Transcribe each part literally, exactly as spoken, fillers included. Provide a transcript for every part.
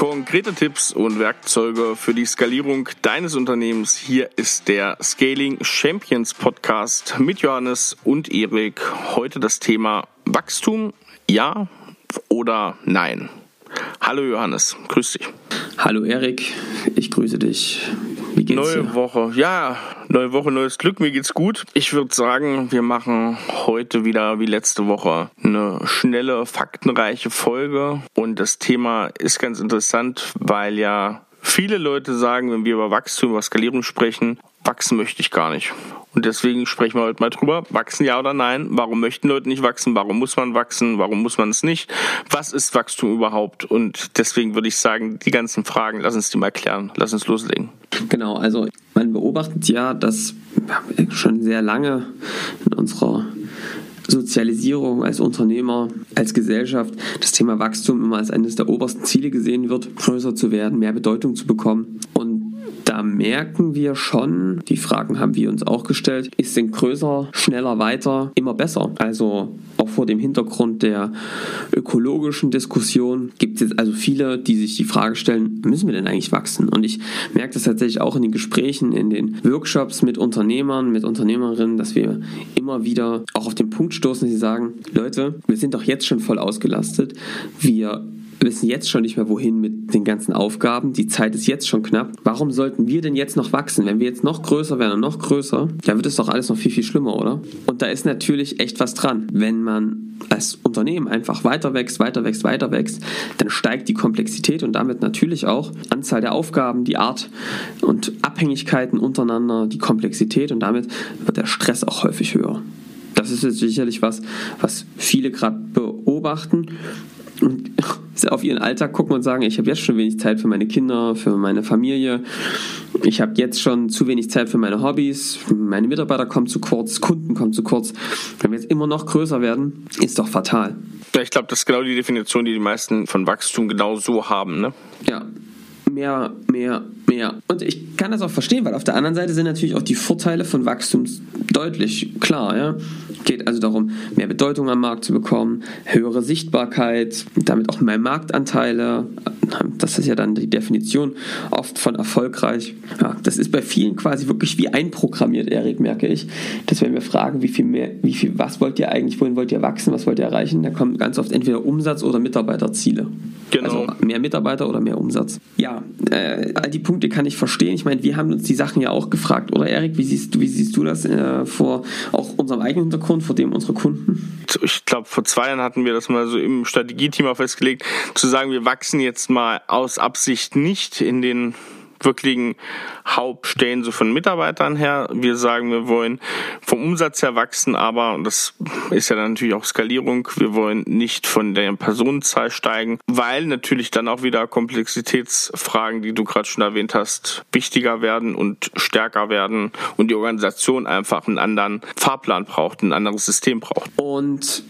Konkrete Tipps und Werkzeuge für die Skalierung deines Unternehmens. Hier ist der Scaling Champions Podcast mit Johannes und Erik. Heute das Thema Wachstum, ja oder nein? Hallo Johannes, grüß dich. Hallo Erik, ich grüße dich. Wie geht's Neue dir? Woche, ja, neue Woche, neues Glück, mir geht's gut. Ich würde sagen, wir machen heute wieder wie letzte Woche eine schnelle, faktenreiche Folge. Und das Thema ist ganz interessant, weil ja viele Leute sagen, wenn wir über Wachstum, über Skalierung sprechen, wachsen möchte ich gar nicht. Und deswegen sprechen wir heute mal drüber, wachsen ja oder nein, warum möchten Leute nicht wachsen, warum muss man wachsen, warum muss man es nicht, was ist Wachstum überhaupt? Und deswegen würde ich sagen, die ganzen Fragen, lass uns die mal klären, lass uns loslegen. Genau, also man beobachtet ja, dass schon sehr lange in unserer Sozialisierung als Unternehmer, als Gesellschaft das Thema Wachstum immer als eines der obersten Ziele gesehen wird, größer zu werden, mehr Bedeutung zu bekommen. Und da merken wir schon, die Fragen haben wir uns auch gestellt, ist denn größer, schneller, weiter immer besser? Also auch vor dem Hintergrund der ökologischen Diskussion gibt es jetzt also viele, die sich die Frage stellen, müssen wir denn eigentlich wachsen? Und ich merke das tatsächlich auch in den Gesprächen, in den Workshops mit Unternehmern, mit Unternehmerinnen, dass wir immer wieder auch auf den Punkt stoßen, dass sie sagen, Leute, wir sind doch jetzt schon voll ausgelastet, wir wissen jetzt schon nicht mehr, wohin mit den ganzen Aufgaben. Die Zeit ist jetzt schon knapp. Warum sollten wir denn jetzt noch wachsen? Wenn wir jetzt noch größer werden und noch größer, dann wird es doch alles noch viel, viel schlimmer, oder? Und da ist natürlich echt was dran. Wenn man als Unternehmen einfach weiter wächst, weiter wächst, weiter wächst, dann steigt die Komplexität und damit natürlich auch Anzahl der Aufgaben, die Art und Abhängigkeiten untereinander, die Komplexität und damit wird der Stress auch häufig höher. Das ist jetzt sicherlich was, was viele gerade beobachten und auf ihren Alltag gucken und sagen, ich habe jetzt schon wenig Zeit für meine Kinder, für meine Familie, ich habe jetzt schon zu wenig Zeit für meine Hobbys, meine Mitarbeiter kommen zu kurz, Kunden kommen zu kurz. Wenn wir jetzt immer noch größer werden, ist doch fatal. Ja, ich glaube, das ist genau die Definition, die die meisten von Wachstum genau so haben, ne? Ja, mehr, mehr, mehr. Und ich kann das auch verstehen, weil auf der anderen Seite sind natürlich auch die Vorteile von Wachstum deutlich klar, ja. Geht also darum, mehr Bedeutung am Markt zu bekommen, höhere Sichtbarkeit, damit auch mehr Marktanteile. Das ist ja dann die Definition oft von erfolgreich. Ja, das ist bei vielen quasi wirklich wie einprogrammiert, Erik, merke ich. Dass wenn wir fragen, wie viel mehr, wie viel, was wollt ihr eigentlich, wohin wollt ihr wachsen, was wollt ihr erreichen, da kommen ganz oft entweder Umsatz- oder Mitarbeiterziele. Genau. Also mehr Mitarbeiter oder mehr Umsatz. Ja, äh, all die Punkte kann ich verstehen. Ich meine, wir haben uns die Sachen ja auch gefragt, oder Erik? Wie siehst du, wie siehst du das äh, vor auch unserem eigenen Hintergrund, vor dem unserer Kunden? Ich glaube, vor zwei Jahren hatten wir das mal so im Strategieteam auch festgelegt, zu sagen, wir wachsen jetzt mal aus Absicht nicht in den wirklichen Hauptstellen so von Mitarbeitern her. Wir sagen, wir wollen vom Umsatz her wachsen, aber, und das ist ja dann natürlich auch Skalierung, wir wollen nicht von der Personenzahl steigen, weil natürlich dann auch wieder Komplexitätsfragen, die du gerade schon erwähnt hast, wichtiger werden und stärker werden und die Organisation einfach einen anderen Fahrplan braucht, ein anderes System braucht. Und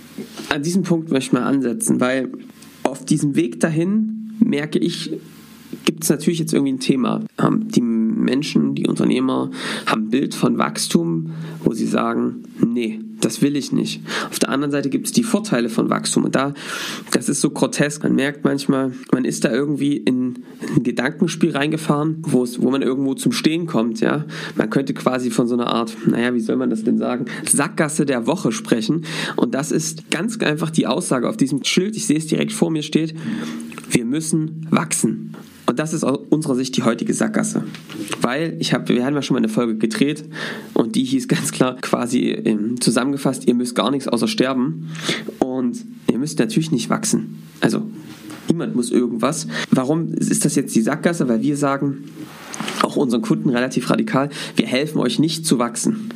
an diesem Punkt möchte ich mal ansetzen, weil auf diesem Weg dahin merke ich, gibt es natürlich jetzt irgendwie ein Thema. Die Menschen, die Unternehmer haben ein Bild von Wachstum, wo sie sagen, nee, das will ich nicht. Auf der anderen Seite gibt es die Vorteile von Wachstum und da, das ist so grotesk. Man merkt manchmal, man ist da irgendwie in ein Gedankenspiel reingefahren, wo es, wo man irgendwo zum Stehen kommt, ja. Man könnte quasi von so einer Art, naja, wie soll man das denn sagen, Sackgasse der Woche sprechen und das ist ganz einfach die Aussage auf diesem Schild, ich sehe es direkt vor mir steht, wir müssen wachsen. Und das ist aus unserer Sicht die heutige Sackgasse. Weil, ich hab, wir haben ja schon mal eine Folge gedreht und die hieß ganz klar quasi ähm, zusammengefasst, ihr müsst gar nichts außer sterben und ihr müsst natürlich nicht wachsen. Also niemand muss irgendwas. Warum ist das jetzt die Sackgasse? Weil wir sagen, auch unseren Kunden relativ radikal, wir helfen euch nicht zu wachsen.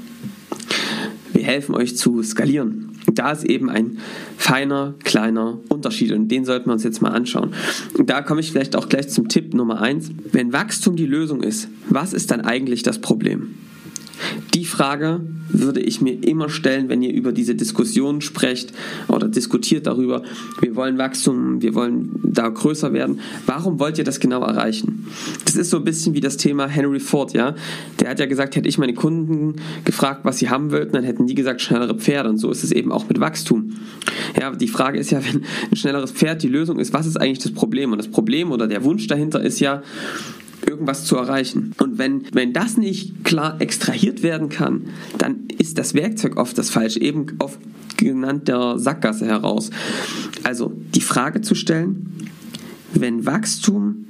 Wir helfen euch zu skalieren. Da ist eben ein feiner, kleiner Unterschied und den sollten wir uns jetzt mal anschauen. Und da komme ich vielleicht auch gleich zum Tipp Nummer eins. Wenn Wachstum die Lösung ist, was ist dann eigentlich das Problem? Die Frage würde ich mir immer stellen, wenn ihr über diese Diskussion sprecht oder diskutiert darüber, wir wollen Wachstum, wir wollen da größer werden. Warum wollt ihr das genau erreichen? Das ist so ein bisschen wie das Thema Henry Ford, ja. Der hat ja gesagt, hätte ich meine Kunden gefragt, was sie haben wollten, dann hätten die gesagt, schnellere Pferde und so ist es eben auch mit Wachstum. Ja, die Frage ist ja, wenn ein schnelleres Pferd die Lösung ist, was ist eigentlich das Problem? Und das Problem oder der Wunsch dahinter ist ja, irgendwas zu erreichen. Und wenn, wenn das nicht klar extrahiert werden kann, dann ist das Werkzeug oft das Falsche, eben auf genannter Sackgasse heraus. Also die Frage zu stellen, wenn Wachstum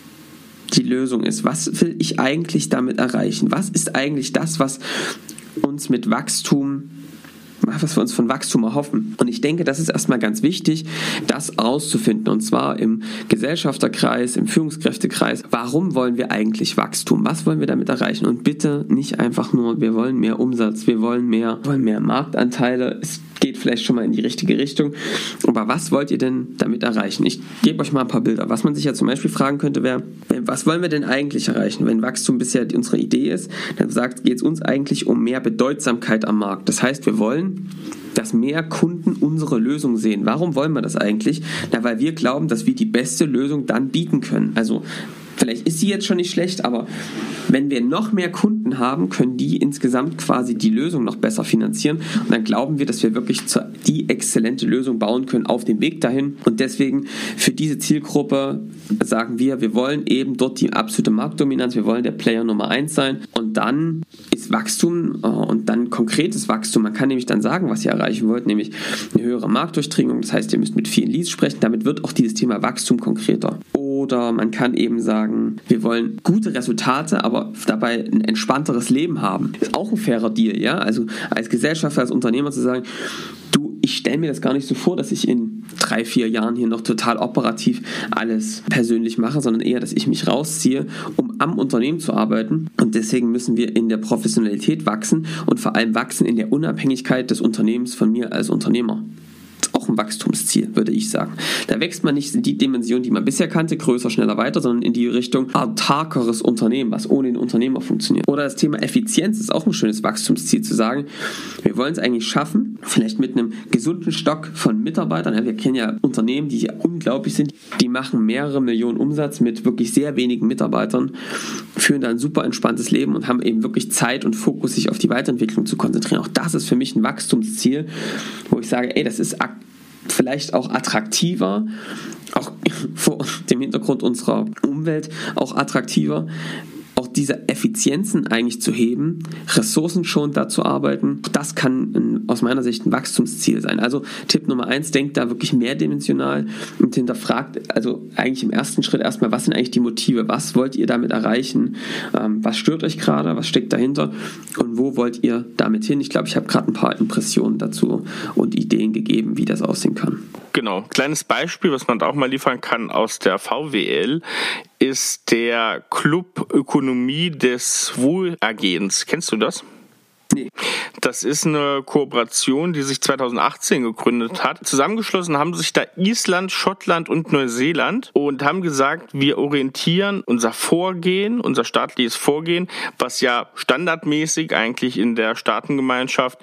die Lösung ist, was will ich eigentlich damit erreichen? Was ist eigentlich das, was uns mit Wachstum was wir uns von Wachstum erhoffen. Und ich denke, das ist erstmal ganz wichtig, das auszufinden. Und zwar im Gesellschafterkreis, im Führungskräftekreis. Warum wollen wir eigentlich Wachstum? Was wollen wir damit erreichen? Und bitte nicht einfach nur, wir wollen mehr Umsatz, wir wollen mehr, wollen mehr Marktanteile. Es geht vielleicht schon mal in die richtige Richtung. Aber was wollt ihr denn damit erreichen? Ich gebe euch mal ein paar Bilder. Was man sich ja zum Beispiel fragen könnte, wäre, was wollen wir denn eigentlich erreichen? Wenn Wachstum bisher unsere Idee ist, dann sagt, geht es uns eigentlich um mehr Bedeutsamkeit am Markt. Das heißt, wir wollen, dass mehr Kunden unsere Lösung sehen. Warum wollen wir das eigentlich? Na, weil wir glauben, dass wir die beste Lösung dann bieten können. Also vielleicht ist sie jetzt schon nicht schlecht, aber wenn wir noch mehr Kunden haben, können die insgesamt quasi die Lösung noch besser finanzieren. Und dann glauben wir, dass wir wirklich die exzellente Lösung bauen können auf dem Weg dahin. Und deswegen für diese Zielgruppe sagen wir, wir wollen eben dort die absolute Marktdominanz, wir wollen der Player Nummer eins sein. Und dann ist Wachstum und dann konkretes Wachstum. Man kann nämlich dann sagen, was ihr erreichen wollt, nämlich eine höhere Marktdurchdringung. Das heißt, ihr müsst mit vielen Leads sprechen. Damit wird auch dieses Thema Wachstum konkreter. Oder man kann eben sagen, wir wollen gute Resultate, aber dabei ein entspannteres Leben haben. Das ist auch ein fairer Deal, ja? Also als Gesellschafter, als Unternehmer zu sagen, du, ich stelle mir das gar nicht so vor, dass ich in drei, vier Jahren hier noch total operativ alles persönlich mache, sondern eher, dass ich mich rausziehe, um am Unternehmen zu arbeiten. Und deswegen müssen wir in der Professionalität wachsen und vor allem wachsen in der Unabhängigkeit des Unternehmens von mir als Unternehmer. Auch ein Wachstumsziel, würde ich sagen. Da wächst man nicht in die Dimension, die man bisher kannte, größer, schneller, weiter, sondern in die Richtung autarkeres Unternehmen, was ohne den Unternehmer funktioniert. Oder das Thema Effizienz ist auch ein schönes Wachstumsziel, zu sagen, wir wollen es eigentlich schaffen, vielleicht mit einem gesunden Stock von Mitarbeitern. Wir kennen ja Unternehmen, die ja unglaublich sind, die machen mehrere Millionen Umsatz mit wirklich sehr wenigen Mitarbeitern, führen da ein super entspanntes Leben und haben eben wirklich Zeit und Fokus, sich auf die Weiterentwicklung zu konzentrieren. Auch das ist für mich ein Wachstumsziel, wo ich sage, ey, das ist vielleicht auch attraktiver, auch vor dem Hintergrund unserer Umwelt auch attraktiver, auch diese Effizienzen eigentlich zu heben, ressourcenschonend da zu arbeiten. Das kann ein, aus meiner Sicht ein Wachstumsziel sein. Also Tipp Nummer eins, denkt da wirklich mehrdimensional und hinterfragt, also eigentlich im ersten Schritt erstmal, was sind eigentlich die Motive? Was wollt ihr damit erreichen? Ähm, was stört euch gerade? Was steckt dahinter? Und wo wollt ihr damit hin? Ich glaube, ich habe gerade ein paar Impressionen dazu und Ideen gegeben, wie das aussehen kann. Genau, kleines Beispiel, was man da auch mal liefern kann aus der V W L, ist der Club Ökonomie des Wohlergehens. Kennst du das? Nee. Das ist eine Kooperation, die sich zweitausendachtzehn gegründet hat. Zusammengeschlossen haben sich da Island, Schottland und Neuseeland und haben gesagt, wir orientieren unser Vorgehen, unser staatliches Vorgehen, was ja standardmäßig eigentlich in der Staatengemeinschaft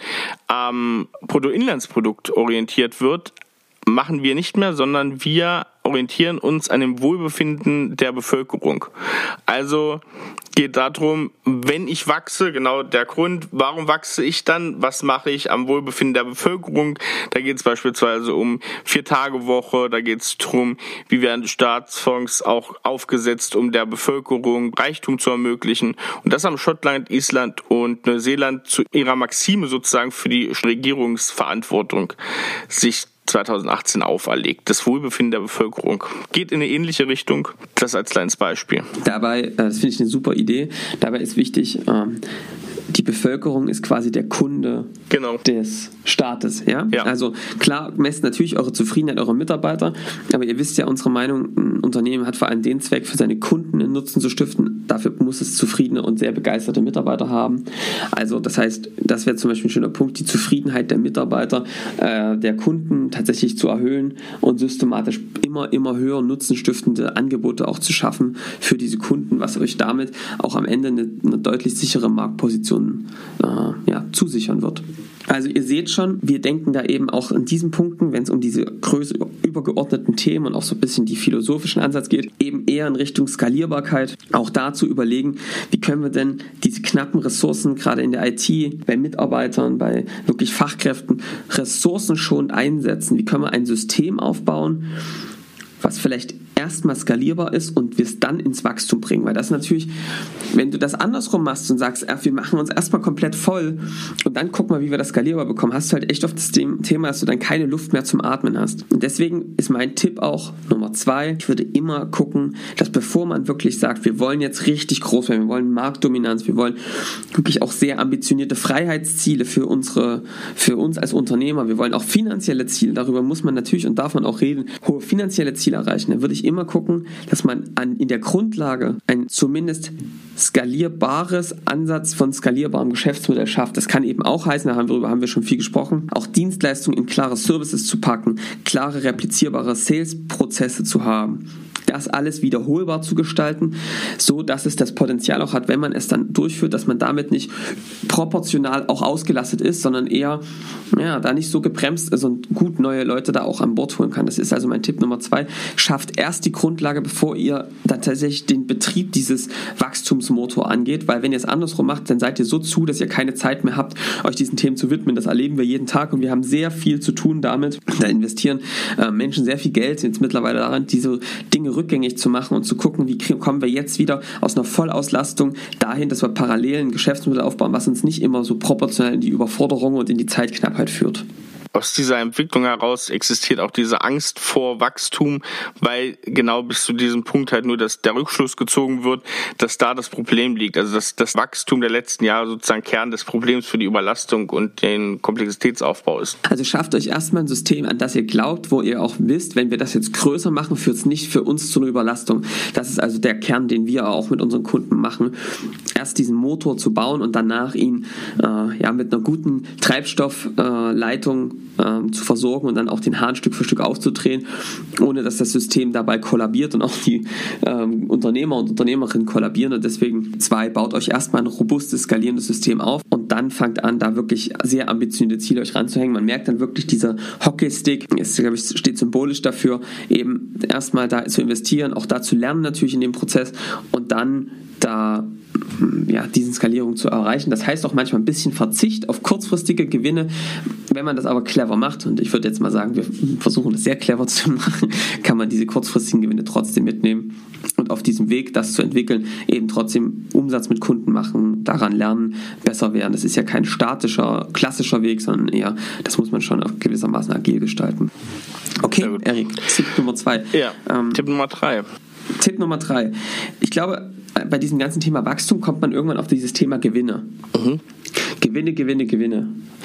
am Bruttoinlandsprodukt orientiert wird, machen wir nicht mehr, sondern wir orientieren uns an dem Wohlbefinden der Bevölkerung. Also geht darum, wenn ich wachse, genau der Grund, warum wachse ich dann, was mache ich am Wohlbefinden der Bevölkerung? Da geht es beispielsweise um Vier-Tage-Woche, da geht es darum, wie werden Staatsfonds auch aufgesetzt, um der Bevölkerung Reichtum zu ermöglichen. Und das haben Schottland, Island und Neuseeland zu ihrer Maxime sozusagen für die Regierungsverantwortung sich zweitausendachtzehn auferlegt. Das Wohlbefinden der Bevölkerung geht in eine ähnliche Richtung. Das als kleines Beispiel. Dabei, das finde ich eine super Idee, dabei ist wichtig, die Bevölkerung ist quasi der Kunde genau. des Staates. Ja? Ja. Also klar, messt natürlich eure Zufriedenheit eurer Mitarbeiter, aber ihr wisst ja, unsere Meinung, ein Unternehmen hat vor allem den Zweck, für seine Kunden einen Nutzen zu stiften. Dafür muss es zufriedene und sehr begeisterte Mitarbeiter haben. Also das heißt, das wäre zum Beispiel ein schöner Punkt, die Zufriedenheit der Mitarbeiter, äh, der Kunden tatsächlich zu erhöhen und systematisch immer, immer höher nutzenstiftende Angebote auch zu schaffen für diese Kunden, was euch damit auch am Ende eine, eine deutlich sichere Marktposition Wachstum äh, ja, zusichern wird. Also ihr seht schon, wir denken da eben auch in diesen Punkten, wenn es um diese Größe, übergeordneten Themen und auch so ein bisschen die philosophischen Ansatz geht, eben eher in Richtung Skalierbarkeit. Auch dazu überlegen, wie können wir denn diese knappen Ressourcen, gerade in der I T, bei Mitarbeitern, bei wirklich Fachkräften, ressourcenschonend einsetzen. Wie können wir ein System aufbauen, was vielleicht erstmal skalierbar ist und wir es dann ins Wachstum bringen. Weil das natürlich, wenn du das andersrum machst und sagst, wir machen uns erstmal komplett voll und dann guck mal, wie wir das skalierbar bekommen, hast du halt echt oft das Thema, dass du dann keine Luft mehr zum Atmen hast. Und deswegen ist mein Tipp auch Nummer zwei, ich würde immer gucken, dass bevor man wirklich sagt, wir wollen jetzt richtig groß werden, wir wollen Marktdominanz, wir wollen wirklich auch sehr ambitionierte Freiheitsziele für unsere, für uns als Unternehmer, wir wollen auch finanzielle Ziele, darüber muss man natürlich und darf man auch reden, hohe finanzielle Ziele erreichen. Dann würde ich immer gucken, dass man an, in der Grundlage ein zumindest skalierbares Ansatz von skalierbarem Geschäftsmodell schafft. Das kann eben auch heißen, darüber haben wir schon viel gesprochen, auch Dienstleistungen in klare Services zu packen, klare replizierbare Sales-Prozesse zu haben. Das alles wiederholbar zu gestalten, so dass es das Potenzial auch hat, wenn man es dann durchführt, dass man damit nicht proportional auch ausgelastet ist, sondern eher ja, da nicht so gebremst ist und gut neue Leute da auch an Bord holen kann. Das ist also mein Tipp Nummer zwei. Schafft erst die Grundlage, bevor ihr da tatsächlich den Betrieb dieses Wachstumsmotor angeht, weil wenn ihr es andersrum macht, dann seid ihr so zu, dass ihr keine Zeit mehr habt, euch diesen Themen zu widmen. Das erleben wir jeden Tag und wir haben sehr viel zu tun damit. Da investieren äh, Menschen sehr viel Geld jetzt mittlerweile daran, diese Dinge rückgängig zu machen und zu gucken, wie kommen wir jetzt wieder aus einer Vollauslastung dahin, dass wir parallel ein Geschäftsmodell aufbauen, was uns nicht immer so proportional in die Überforderung und in die Zeitknappheit führt. Aus dieser Entwicklung heraus existiert auch diese Angst vor Wachstum, weil genau bis zu diesem Punkt halt nur dass der Rückschluss gezogen wird, dass da das Problem liegt. Also dass das Wachstum der letzten Jahre sozusagen Kern des Problems für die Überlastung und den Komplexitätsaufbau ist. Also schafft euch erstmal ein System, an das ihr glaubt, wo ihr auch wisst, wenn wir das jetzt größer machen, führt es nicht für uns zu einer Überlastung. Das ist also der Kern, den wir auch mit unseren Kunden machen. Erst diesen Motor zu bauen und danach ihn äh, ja, mit einer guten Treibstoffleitung äh, zu versorgen und dann auch den Hahn Stück für Stück aufzudrehen, ohne dass das System dabei kollabiert und auch die ähm, Unternehmer und Unternehmerinnen kollabieren. Und deswegen zwei, baut euch erstmal ein robustes, skalierendes System auf und dann fangt an, da wirklich sehr ambitionierte Ziele euch ranzuhängen. Man merkt dann wirklich, dieser Hockeystick, ist, glaube ich, steht symbolisch dafür, eben erstmal da zu investieren, auch da zu lernen natürlich in dem Prozess und dann da ja, diesen Skalierung zu erreichen. Das heißt auch manchmal ein bisschen Verzicht auf kurzfristige Gewinne. Wenn man das aber clever macht, und ich würde jetzt mal sagen, wir versuchen das sehr clever zu machen, kann man diese kurzfristigen Gewinne trotzdem mitnehmen und auf diesem Weg, das zu entwickeln, eben trotzdem Umsatz mit Kunden machen, daran lernen, besser werden. Das ist ja kein statischer, klassischer Weg, sondern eher, das muss man schon auf gewissermaßen agil gestalten. Okay, Erik, Tipp Nummer zwei. Ja, ähm, Tipp Nummer drei. Tipp Nummer drei. Ich glaube, bei diesem ganzen Thema Wachstum kommt man irgendwann auf dieses Thema Gewinne. Mhm. Gewinne, Gewinne, Gewinne.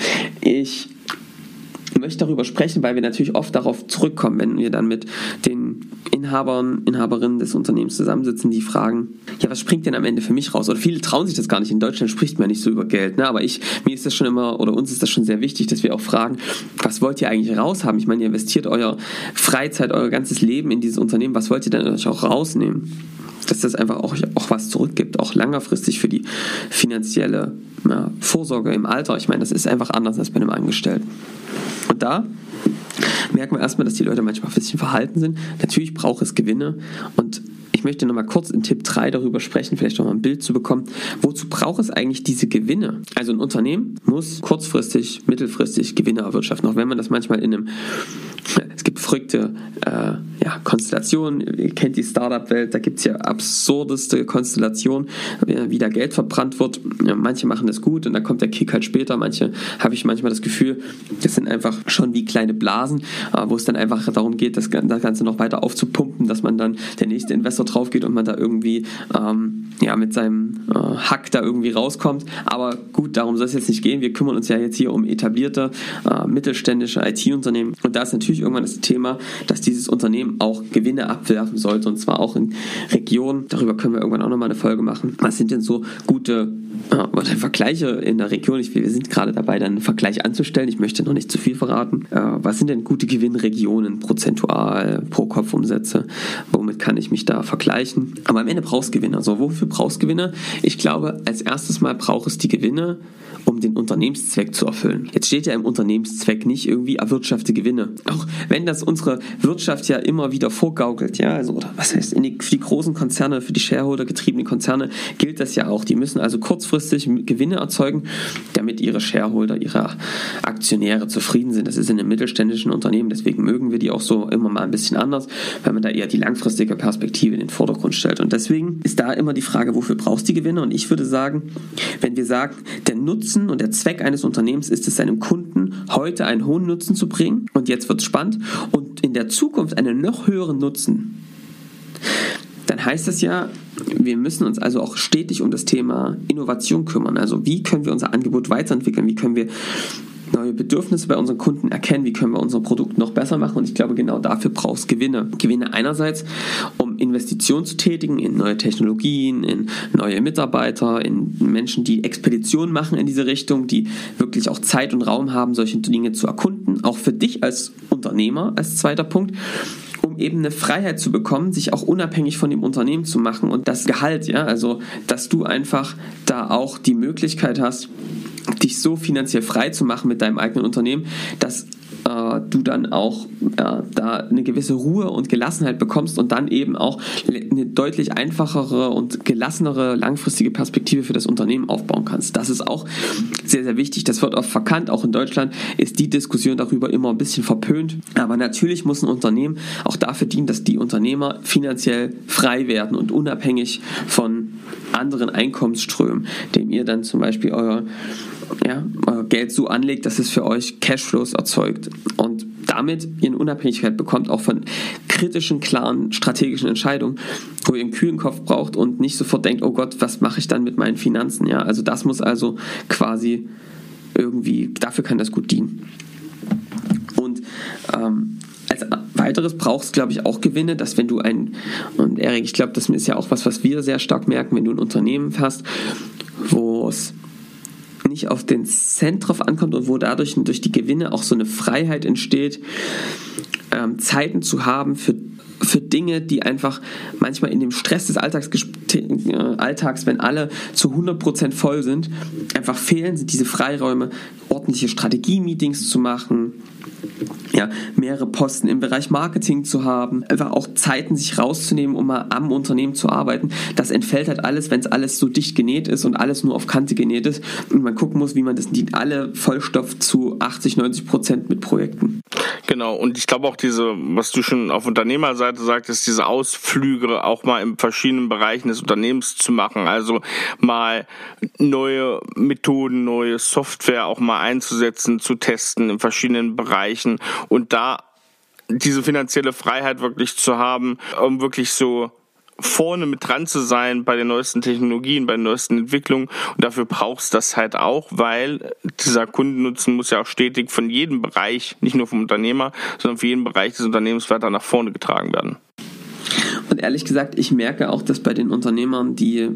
Ich möchte darüber sprechen, weil wir natürlich oft darauf zurückkommen, wenn wir dann mit den Inhabern, Inhaberinnen des Unternehmens zusammensitzen, die fragen, ja, was springt denn am Ende für mich raus? Oder viele trauen sich das gar nicht. In Deutschland spricht man nicht so über Geld, ne? Aber ich, mir ist das schon immer, oder uns ist das schon sehr wichtig, dass wir auch fragen, was wollt ihr eigentlich raushaben? Ich meine, ihr investiert eure Freizeit, euer ganzes Leben in dieses Unternehmen, was wollt ihr denn euch auch rausnehmen? Dass das einfach auch, auch was zurückgibt, auch längerfristig für die finanzielle ja, Vorsorge im Alter. Ich meine, das ist einfach anders als bei einem Angestellten. Und da merken wir erstmal, dass die Leute manchmal ein bisschen verhalten sind. Natürlich braucht es Gewinne und ich möchte nochmal kurz in Tipp drei darüber sprechen, vielleicht nochmal ein Bild zu bekommen. Wozu braucht es eigentlich diese Gewinne? Also ein Unternehmen muss kurzfristig, mittelfristig Gewinne erwirtschaften, auch wenn man das manchmal in einem, es gibt verrückte äh, ja, Konstellationen, ihr kennt die Startup-Welt, da gibt es ja absurdeste Konstellationen, wie da Geld verbrannt wird. Manche machen das gut und dann kommt der Kick halt später. Manche habe ich manchmal das Gefühl, das sind einfach schon wie kleine Blasen, wo es dann einfach darum geht, das Ganze noch weiter aufzupumpen, dass man dann der nächste Investor drauf geht und man da irgendwie ähm, ja, mit seinem äh, Hack da irgendwie rauskommt. Aber gut, darum soll es jetzt nicht gehen. Wir kümmern uns ja jetzt hier um etablierte, äh, mittelständische I T-Unternehmen. Und da ist natürlich irgendwann das Thema, dass dieses Unternehmen auch Gewinne abwerfen sollte und zwar auch in Regionen. Darüber können wir irgendwann auch nochmal eine Folge machen. Was sind denn so gute äh, Vergleiche in der Region? Ich, wir sind gerade dabei, dann einen Vergleich anzustellen. Ich möchte noch nicht zu viel verraten. Äh, was sind denn gute Gewinnregionen prozentual pro Kopf Umsätze? Womit kann ich mich da vergleichen? vergleichen. Aber am Ende brauchst du Gewinne. So, wofür brauchst du Gewinne? Ich glaube, als erstes Mal braucht es die Gewinne, um den Unternehmenszweck zu erfüllen. Jetzt steht ja im Unternehmenszweck nicht irgendwie erwirtschaftete Gewinne. Auch wenn das unsere Wirtschaft ja immer wieder vorgaukelt, ja, also, oder was heißt, in die, für die großen Konzerne, für die Shareholder getriebenen Konzerne gilt das ja auch. Die müssen also kurzfristig Gewinne erzeugen, damit ihre Shareholder, ihre Aktionäre zufrieden sind. Das ist in einem mittelständischen Unternehmen, deswegen mögen wir die auch so immer mal ein bisschen anders, weil man da eher die langfristige Perspektive in den Vordergrund stellt. Und deswegen ist da immer die Frage, wofür brauchst du die Gewinne? Und ich würde sagen, wenn wir sagen, der Nutzen und der Zweck eines Unternehmens ist es, seinem Kunden heute einen hohen Nutzen zu bringen, und jetzt wird es spannend, und in der Zukunft einen noch höheren Nutzen, dann heißt das ja, wir müssen uns also auch stetig um das Thema Innovation kümmern. Also wie können wir unser Angebot weiterentwickeln? Wie können wir neue Bedürfnisse bei unseren Kunden erkennen? Wie können wir unser Produkt noch besser machen? Und ich glaube, genau dafür brauchst du Gewinne. Gewinne einerseits, um Investitionen zu tätigen in neue Technologien, in neue Mitarbeiter, in Menschen, die Expeditionen machen in diese Richtung, die wirklich auch Zeit und Raum haben, solche Dinge zu erkunden. Auch für dich als Unternehmer als zweiter Punkt, um eben eine Freiheit zu bekommen, sich auch unabhängig von dem Unternehmen zu machen, und das Gehalt, ja, also dass du einfach da auch die Möglichkeit hast, dich so finanziell frei zu machen mit deinem eigenen Unternehmen, dass äh, du dann auch äh, da eine gewisse Ruhe und Gelassenheit bekommst und dann eben auch eine deutlich einfachere und gelassenere langfristige Perspektive für das Unternehmen aufbauen kannst. Das ist auch sehr, sehr wichtig. Das wird oft verkannt. Auch in Deutschland ist die Diskussion darüber immer ein bisschen verpönt. Aber natürlich muss ein Unternehmen auch dafür dienen, dass die Unternehmer finanziell frei werden und unabhängig von anderen Einkommensströmen, dem ihr dann zum Beispiel euer Ja, euer Geld so anlegt, dass es für euch Cashflows erzeugt und damit ihr eine Unabhängigkeit bekommt, auch von kritischen, klaren, strategischen Entscheidungen, wo ihr einen kühlen Kopf braucht und nicht sofort denkt, oh Gott, was mache ich dann mit meinen Finanzen? Ja, also das muss also quasi irgendwie, dafür kann das gut dienen. Und ähm, als weiteres brauchst du, glaube ich, auch Gewinne, dass wenn du ein, und Erik, ich glaube, das ist ja auch was, was wir sehr stark merken, wenn du ein Unternehmen hast, wo es nicht auf den Cent drauf ankommt und wo dadurch durch die Gewinne auch so eine Freiheit entsteht, ähm, Zeiten zu haben für, für Dinge, die einfach manchmal in dem Stress des Alltags, äh, Alltags, wenn alle zu hundert Prozent voll sind, einfach fehlen, sind diese Freiräume, ordentliche Strategie-Meetings zu machen, ja, mehrere Posten im Bereich Marketing zu haben, einfach auch Zeiten sich rauszunehmen, um mal am Unternehmen zu arbeiten. Das entfällt halt alles, wenn es alles so dicht genäht ist und alles nur auf Kante genäht ist und man gucken muss, wie man das die alle vollstopft zu achtzig, neunzig Prozent mit Projekten. Genau, und ich glaube auch diese, was du schon auf Unternehmerseite sagtest, diese Ausflüge auch mal in verschiedenen Bereichen des Unternehmens zu machen, also mal neue Methoden, neue Software auch mal einzusetzen, zu testen in verschiedenen Bereichen und da diese finanzielle Freiheit wirklich zu haben, um wirklich so vorne mit dran zu sein bei den neuesten Technologien, bei den neuesten Entwicklungen, und dafür brauchst du das halt auch, weil dieser Kundennutzen muss ja auch stetig von jedem Bereich, nicht nur vom Unternehmer, sondern für jeden Bereich des Unternehmens weiter nach vorne getragen werden. Und ehrlich gesagt, ich merke auch, dass bei den Unternehmern, die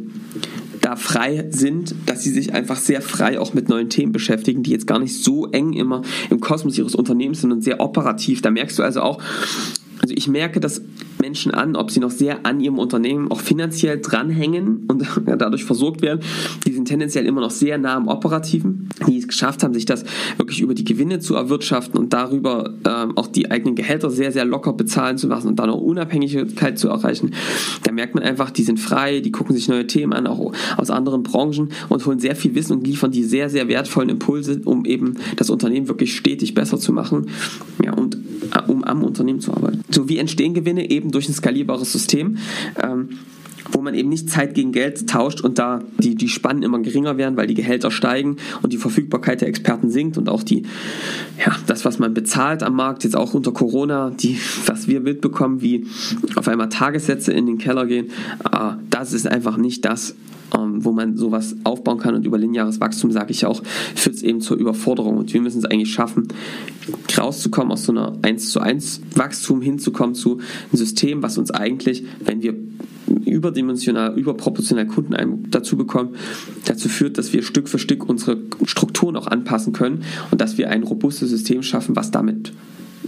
da frei sind, dass sie sich einfach sehr frei auch mit neuen Themen beschäftigen, die jetzt gar nicht so eng immer im Kosmos ihres Unternehmens sind und sehr operativ. Da merkst du also auch, also ich merke das Menschen an, ob sie noch sehr an ihrem Unternehmen auch finanziell dranhängen und ja, dadurch versorgt werden. Die sind tendenziell immer noch sehr nah am Operativen, die es geschafft haben, sich das wirklich über die Gewinne zu erwirtschaften und darüber ähm, auch die eigenen Gehälter sehr, sehr locker bezahlen zu lassen und dann auch Unabhängigkeit zu erreichen. Da merkt man einfach, die sind frei, die gucken sich neue Themen an, auch aus anderen Branchen, und holen sehr viel Wissen und liefern die sehr, sehr wertvollen Impulse, um eben das Unternehmen wirklich stetig besser zu machen, ja, und äh, um am Unternehmen zu arbeiten. So, wie entstehen Gewinne? Eben durch ein skalierbares System, ähm, wo man eben nicht Zeit gegen Geld tauscht und da die, die Spannen immer geringer werden, weil die Gehälter steigen und die Verfügbarkeit der Experten sinkt und auch die, ja, das, was man bezahlt am Markt, jetzt auch unter Corona, die, was wir mitbekommen, wie auf einmal Tagessätze in den Keller gehen, äh, das ist einfach nicht das, ähm, wo man sowas aufbauen kann, und über lineares Wachstum, sage ich auch, führt es eben zur Überforderung, und wir müssen es eigentlich schaffen, rauszukommen aus so einer eins zu eins Wachstum hinzukommen zu einem System, was uns eigentlich, wenn wir überdimensional, überproportional Kunden dazu bekommen, dazu führt, dass wir Stück für Stück unsere Strukturen auch anpassen können und dass wir ein robustes System schaffen, was damit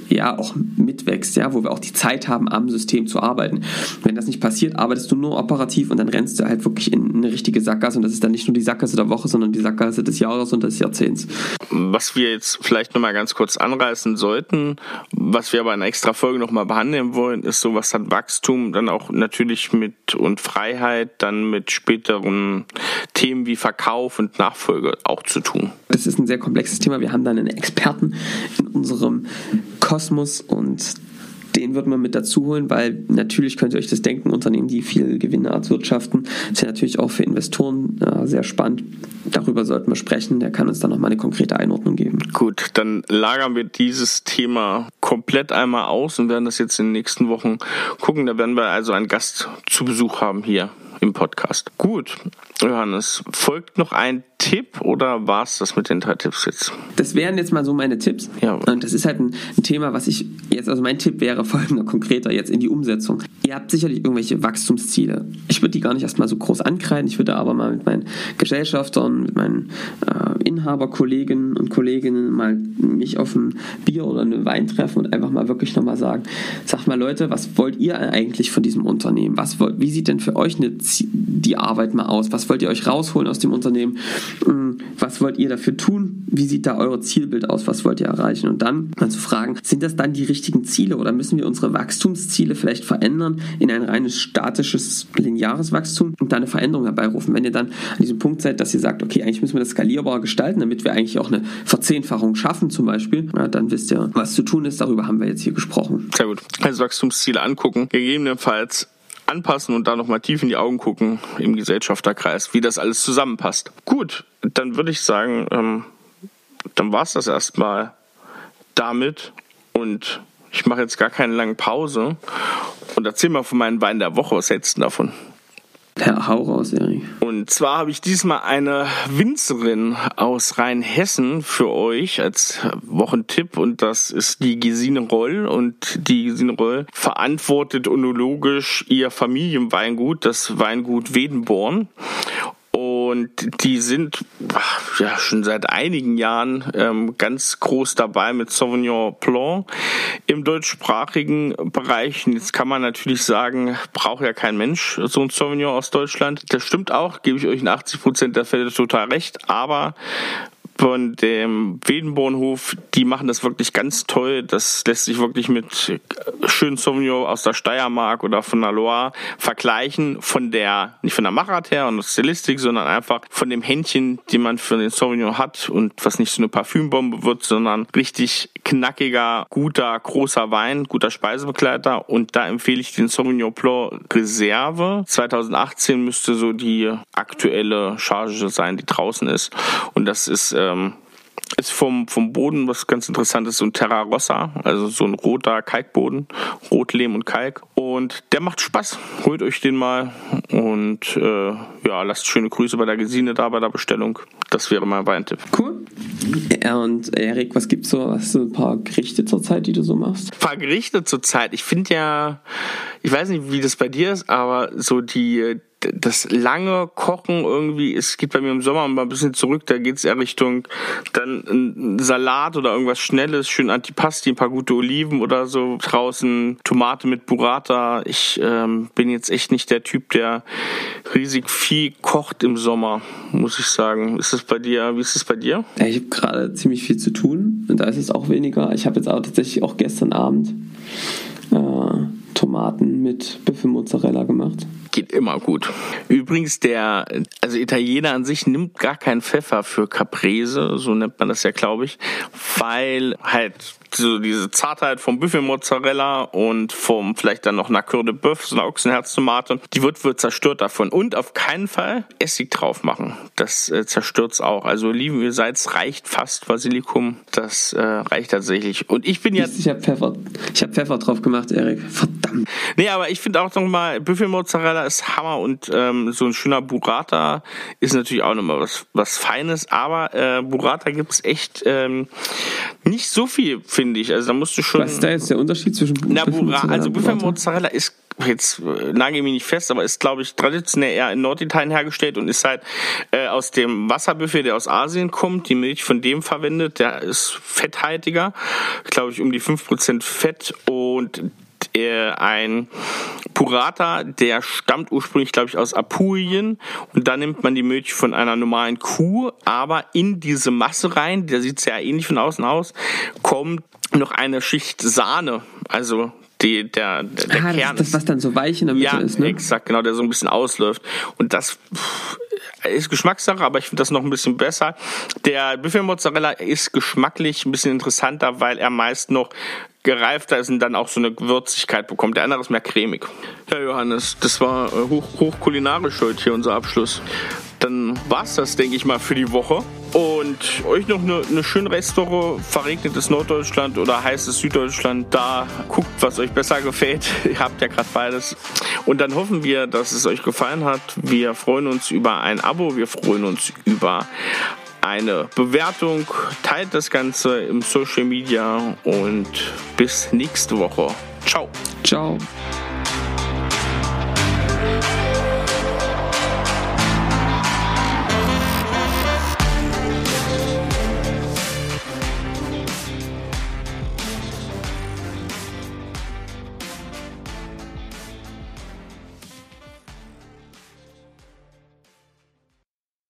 ja auch mitwächst, ja, wo wir auch die Zeit haben, am System zu arbeiten. Wenn das nicht passiert, arbeitest du nur operativ und dann rennst du halt wirklich in eine richtige Sackgasse und das ist dann nicht nur die Sackgasse der Woche, sondern die Sackgasse des Jahres und des Jahrzehnts. Was wir jetzt vielleicht nochmal ganz kurz anreißen sollten, was wir aber in einer extra Folge nochmal behandeln wollen, ist so, was hat Wachstum dann auch natürlich mit und Freiheit dann mit späteren Themen wie Verkauf und Nachfolge auch zu tun. Das ist ein sehr komplexes Thema. Wir haben dann einen Experten in unserem Kosmos und den wird man mit dazu holen, weil natürlich könnt ihr euch das denken, Unternehmen, die viel Gewinne erwirtschaften, ist ja natürlich auch für Investoren äh, sehr spannend. Darüber sollten wir sprechen. Der kann uns dann nochmal eine konkrete Einordnung geben. Gut, dann lagern wir dieses Thema komplett einmal aus und werden das jetzt in den nächsten Wochen gucken. Da werden wir also einen Gast zu Besuch haben hier im Podcast. Gut, Johannes, folgt noch ein Tipp oder war es das mit den drei Tipps jetzt? Das wären jetzt mal so meine Tipps. Ja. Und das ist halt ein, ein Thema, was ich jetzt, also mein Tipp wäre folgender, konkreter jetzt in die Umsetzung. Ihr habt sicherlich irgendwelche Wachstumsziele. Ich würde die gar nicht erstmal so groß ankreiden. Ich würde aber mal mit meinen Gesellschaftern, mit meinen äh, Inhaberkollegen und Kolleginnen mal mich auf ein Bier oder einen Wein treffen und einfach mal wirklich nochmal sagen, sagt mal Leute, was wollt ihr eigentlich von diesem Unternehmen? Was wollt, wie sieht denn für euch eine, die Arbeit mal aus? Was wollt ihr euch rausholen aus dem Unternehmen? Was wollt ihr dafür tun? Wie sieht da euer Zielbild aus? Was wollt ihr erreichen? Und dann mal zu fragen, sind das dann die richtigen Ziele oder müssen wir unsere Wachstumsziele vielleicht verändern in ein reines statisches, lineares Wachstum und da eine Veränderung herbeirufen? Wenn ihr dann an diesem Punkt seid, dass ihr sagt, okay, eigentlich müssen wir das skalierbar gestalten, damit wir eigentlich auch eine Verzehnfachung schaffen zum Beispiel, ja, dann wisst ihr, was zu tun ist. Darüber haben wir jetzt hier gesprochen. Sehr gut. Also Wachstumsziele angucken, gegebenenfalls anpassen und da nochmal tief in die Augen gucken im Gesellschafterkreis, wie das alles zusammenpasst. Gut, dann würde ich sagen, ähm, dann war es das erstmal damit und ich mache jetzt gar keine lange Pause und erzähl mal von meinen Wein der Woche. Was hältst du davon? Ja, hau raus, Erik. Und zwar habe ich diesmal eine Winzerin aus Rheinhessen für euch als Wochentipp und das ist die Gesine Roll und die Gesine Roll verantwortet önologisch ihr Familienweingut, das Weingut Wedenborn. Und die sind ja schon seit einigen Jahren ähm, ganz groß dabei mit Sauvignon Blanc im deutschsprachigen Bereich. Und jetzt kann man natürlich sagen, braucht ja kein Mensch so ein Sauvignon aus Deutschland. Das stimmt auch, gebe ich euch in achtzig Prozent der Fälle total recht. Aber von dem Wedenbornhof, die machen das wirklich ganz toll. Das lässt sich wirklich mit schönen Sauvignon aus der Steiermark oder von der Loire vergleichen. Von der, nicht von der Machart her und der Stilistik, sondern einfach von dem Händchen, die man für den Sauvignon hat und was nicht so eine Parfümbombe wird, sondern richtig knackiger, guter, großer Wein, guter Speisebegleiter. Und da empfehle ich den Sauvignon Blanc Reserve. zwanzig achtzehn müsste so die aktuelle Charge sein, die draußen ist. Und das ist ähm, ist vom, vom Boden was ganz Interessantes, so ein Terra Rossa, also so ein roter Kalkboden, Rotlehm und Kalk. Und der macht Spaß. Holt euch den mal und äh, ja, lasst schöne Grüße bei der Gesine da bei der Bestellung. Das wäre mein Weintipp. Cool. Ja, und Erik, was gibt's so? Hast du ein paar Gerichte zur Zeit, die du so machst? Ein paar Gerichte zur Zeit. Ich finde ja, ich weiß nicht, wie das bei dir ist, aber so die das lange Kochen irgendwie, es geht bei mir im Sommer mal ein bisschen zurück, da geht es eher Richtung dann ein Salat oder irgendwas Schnelles, schön Antipasti, ein paar gute Oliven oder so, draußen Tomate mit Burrata. Ich ähm, bin jetzt echt nicht der Typ, der riesig viel kocht im Sommer, muss ich sagen. Ist das bei dir, wie ist es bei dir? Ja, ich habe gerade ziemlich viel zu tun und da ist es auch weniger. Ich habe jetzt auch tatsächlich auch gestern Abend äh, Tomaten mit Büffelmozzarella gemacht. Geht immer gut. Übrigens, der, also Italiener an sich nimmt gar keinen Pfeffer für Caprese, so nennt man das ja, glaube ich, weil halt so diese Zartheit vom Büffelmozzarella und vom vielleicht dann noch einer Coeur de Boeuf, so einer Ochsenherztomate, die wird, wird zerstört davon. Und auf keinen Fall Essig drauf machen. Das äh, zerstört es auch. Also Olivenöl, Salz reicht fast, Basilikum, das äh, reicht tatsächlich. Und ich bin ja... Ich habe Pfeffer, ich hab Pfeffer drauf gemacht, Erik. Verdammt. Nee, aber ich finde auch nochmal, Büffelmozzarella ist Hammer und ähm, so ein schöner Burrata ist natürlich auch nochmal was, was Feines, aber äh, Burrata gibt es echt ähm, nicht so viel, finde ich. Also da musst du schon... Was ist da jetzt der Unterschied zwischen Na, Büffelmozzarella? Also Büffelmozzarella ist jetzt äh, nagel mich nicht fest, aber ist, glaube ich, traditionell eher in Norditalien hergestellt und ist halt äh, aus dem Wasserbüffel, der aus Asien kommt, die Milch von dem verwendet, der ist fetthaltiger, glaube ich, um die fünf Prozent Fett und äh, ein Burrata, der stammt ursprünglich, glaube ich, aus Apulien und da nimmt man die Milch von einer normalen Kuh, aber in diese Masse rein, der sieht sehr ähnlich von außen aus, kommt noch eine Schicht Sahne, also die, der, der, der ah, Kern. Das ist das, was dann so weich in der Mitte ja, ist, ne? Ja, exakt, genau, der so ein bisschen ausläuft. Und das pff, ist Geschmackssache, aber ich finde das noch ein bisschen besser. Der Büffelmozzarella ist geschmacklich ein bisschen interessanter, weil er meist noch gereifter ist und dann auch so eine Würzigkeit bekommt. Der andere ist mehr cremig. Ja, Johannes, das war hoch, hoch kulinarisch heute hier unser Abschluss. Dann war's das, denke ich mal, für die Woche. Und euch noch eine, eine schöne Restwoche, verregnetes Norddeutschland oder heißes Süddeutschland. Da guckt, was euch besser gefällt. Ihr habt ja gerade beides. Und dann hoffen wir, dass es euch gefallen hat. Wir freuen uns über ein Abo. Wir freuen uns über eine Bewertung. Teilt das Ganze im Social Media und bis nächste Woche. Ciao. Ciao.